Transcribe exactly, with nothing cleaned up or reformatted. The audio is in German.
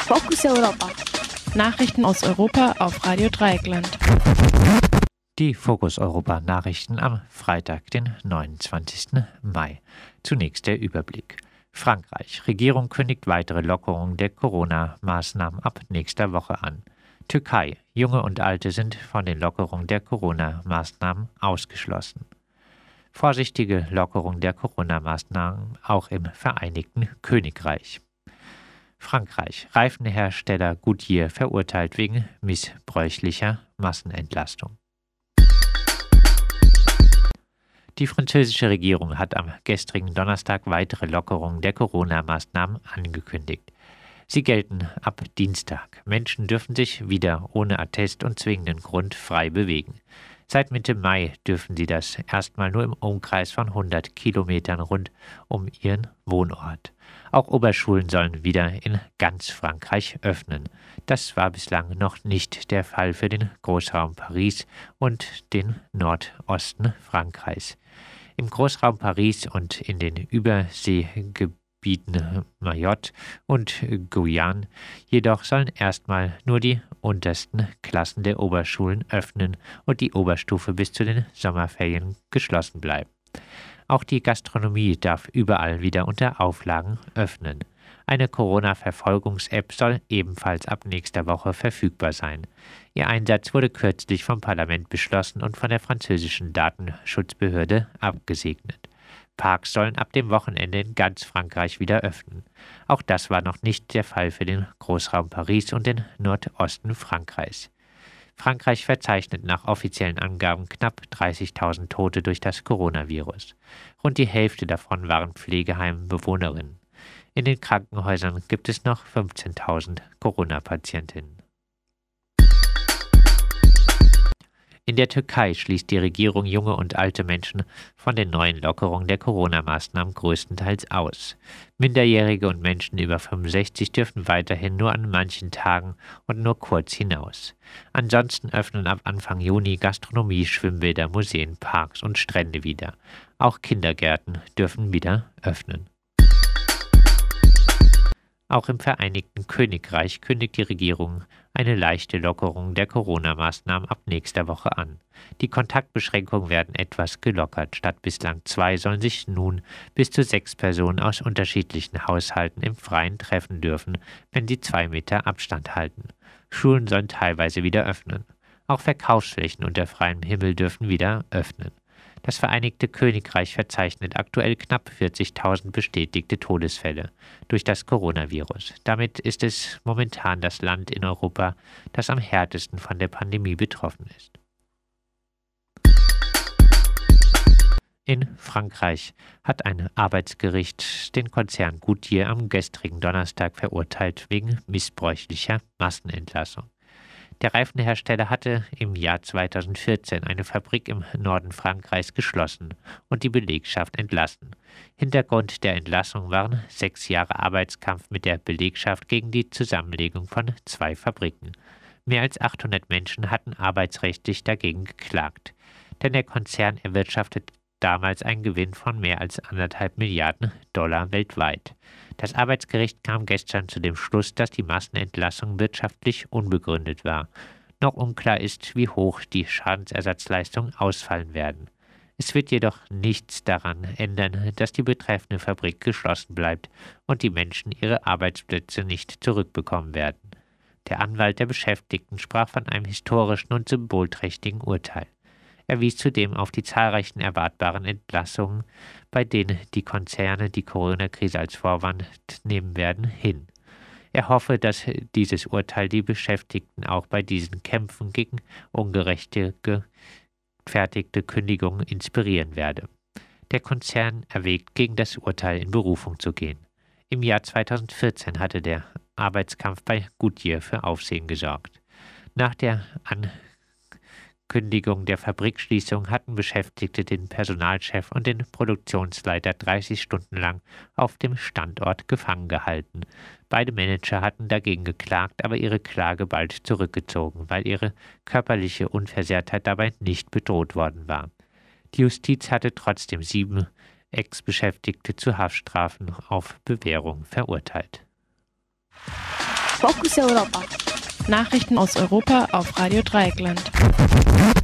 Fokus Europa. Nachrichten aus Europa auf Radio Dreieckland. Die Fokus Europa Nachrichten am Freitag, den neunundzwanzigsten Mai. Zunächst der Überblick. Frankreich. Regierung kündigt weitere Lockerungen der Corona-Maßnahmen ab nächster Woche an. Türkei. Junge und Alte sind von den Lockerungen der Corona-Maßnahmen ausgeschlossen. Vorsichtige Lockerung der Corona-Maßnahmen auch im Vereinigten Königreich. Frankreich. Reifenhersteller Goodyear verurteilt wegen missbräuchlicher Massenentlastung. Die französische Regierung hat am gestrigen Donnerstag weitere Lockerungen der Corona-Maßnahmen angekündigt. Sie gelten ab Dienstag. Menschen dürfen sich wieder ohne Attest und zwingenden Grund frei bewegen. Seit Mitte Mai dürfen sie das erstmal nur im Umkreis von hundert Kilometern rund um ihren Wohnort. Auch Oberschulen sollen wieder in ganz Frankreich öffnen. Das war bislang noch nicht der Fall für den Großraum Paris und den Nordosten Frankreichs. Im Großraum Paris und in den Überseegebieten Mayotte und Guyane jedoch sollen erstmal nur die untersten Klassen der Oberschulen öffnen und die Oberstufe bis zu den Sommerferien geschlossen bleiben. Auch die Gastronomie darf überall wieder unter Auflagen öffnen. Eine Corona-Verfolgungs-App soll ebenfalls ab nächster Woche verfügbar sein. Ihr Einsatz wurde kürzlich vom Parlament beschlossen und von der französischen Datenschutzbehörde abgesegnet. Parks sollen ab dem Wochenende in ganz Frankreich wieder öffnen. Auch das war noch nicht der Fall für den Großraum Paris und den Nordosten Frankreichs. Frankreich verzeichnet nach offiziellen Angaben knapp dreißigtausend Tote durch das Coronavirus. Rund die Hälfte davon waren Pflegeheimbewohnerinnen. In den Krankenhäusern gibt es noch fünfzehntausend Corona-Patientinnen. In der Türkei schließt die Regierung junge und alte Menschen von den neuen Lockerungen der Corona-Maßnahmen größtenteils aus. Minderjährige und Menschen über fünfundsechzig dürfen weiterhin nur an manchen Tagen und nur kurz hinaus. Ansonsten öffnen ab Anfang Juni Gastronomie, Schwimmbäder, Museen, Parks und Strände wieder. Auch Kindergärten dürfen wieder öffnen. Auch im Vereinigten Königreich kündigt die Regierung eine leichte Lockerung der Corona-Maßnahmen ab nächster Woche an. Die Kontaktbeschränkungen werden etwas gelockert. Statt bislang zwei sollen sich nun bis zu sechs Personen aus unterschiedlichen Haushalten im Freien treffen dürfen, wenn sie zwei Meter Abstand halten. Schulen sollen teilweise wieder öffnen. Auch Verkaufsflächen unter freiem Himmel dürfen wieder öffnen. Das Vereinigte Königreich verzeichnet aktuell knapp vierzigtausend bestätigte Todesfälle durch das Coronavirus. Damit ist es momentan das Land in Europa, das am härtesten von der Pandemie betroffen ist. In Frankreich hat ein Arbeitsgericht den Konzern Goodyear am gestrigen Donnerstag verurteilt wegen missbräuchlicher Massenentlassung. Der Reifenhersteller hatte im Jahr zweitausendvierzehn eine Fabrik im Norden Frankreichs geschlossen und die Belegschaft entlassen. Hintergrund der Entlassung waren sechs Jahre Arbeitskampf mit der Belegschaft gegen die Zusammenlegung von zwei Fabriken. Mehr als achthundert Menschen hatten arbeitsrechtlich dagegen geklagt, denn der Konzern erwirtschaftet damals einen Gewinn von mehr als anderthalb Milliarden Dollar weltweit. Das Arbeitsgericht kam gestern zu dem Schluss, dass die Massenentlassung wirtschaftlich unbegründet war. Noch unklar ist, wie hoch die Schadensersatzleistungen ausfallen werden. Es wird jedoch nichts daran ändern, dass die betreffende Fabrik geschlossen bleibt und die Menschen ihre Arbeitsplätze nicht zurückbekommen werden. Der Anwalt der Beschäftigten sprach von einem historischen und symbolträchtigen Urteil. Er wies zudem auf die zahlreichen erwartbaren Entlassungen, bei denen die Konzerne die Corona-Krise als Vorwand nehmen werden, hin. Er hoffe, dass dieses Urteil die Beschäftigten auch bei diesen Kämpfen gegen ungerechte, gefertigte Kündigungen inspirieren werde. Der Konzern erwägt, gegen das Urteil in Berufung zu gehen. Im Jahr zweitausendvierzehn hatte der Arbeitskampf bei Goodyear für Aufsehen gesorgt. Nach der Ankündigung Kündigung der Fabrikschließung hatten Beschäftigte den Personalchef und den Produktionsleiter dreißig Stunden lang auf dem Standort gefangen gehalten. Beide Manager hatten dagegen geklagt, aber ihre Klage bald zurückgezogen, weil ihre körperliche Unversehrtheit dabei nicht bedroht worden war. Die Justiz hatte trotzdem sieben Ex-Beschäftigte zu Haftstrafen auf Bewährung verurteilt. Fokus Europa. Nachrichten aus Europa auf Radio Dreieckland.